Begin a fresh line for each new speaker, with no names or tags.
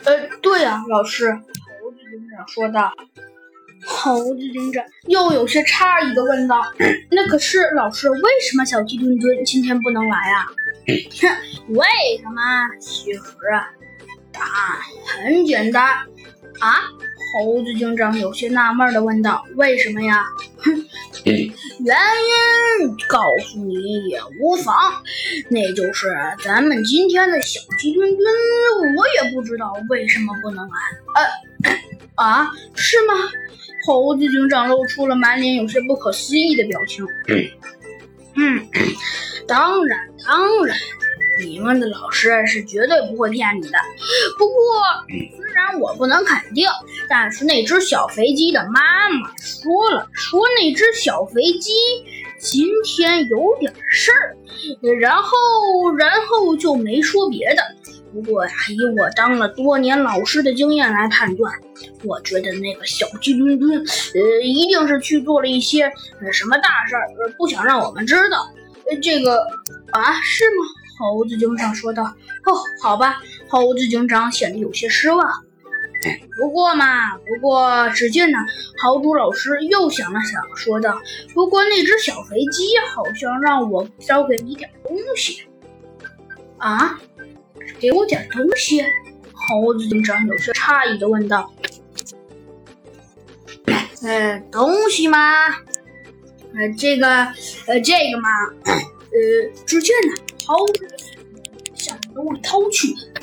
对呀，老师。猴子警长说道。猴子警长又有些诧异地问道：“那可是老师，为什么小鸡墩墩今天不能来啊？”为什么？其实答案很简单啊！猴子警长有些纳闷地问道：“为什么呀？”原因告诉你也无妨，那就是咱们今天的小鸡墩墩，我也不知道为什么不能来。是吗？猴子警长露出了满脸有些不可思议的表情。当然，你们的老师是绝对不会骗你的。不过，虽然我不能肯定，但是那只小肥鸡的妈妈说那只小肥鸡今天有点事儿，然后就没说别的。不过呀，以我当了多年老师的经验来判断，我觉得那个小鸡墩墩，一定是去做了一些什么大事儿，不想让我们知道。是吗？猴子警长说道。好吧，猴子警长显得有些失望。不过，只见呢，豪猪老师又想了想，说道：“不过那只小肥鸡好像让我交给你点东西。”啊？给我点东西？猴子警长有些诧异地问道。东西吗？这个嘛，只见呢，猴子向兜里掏去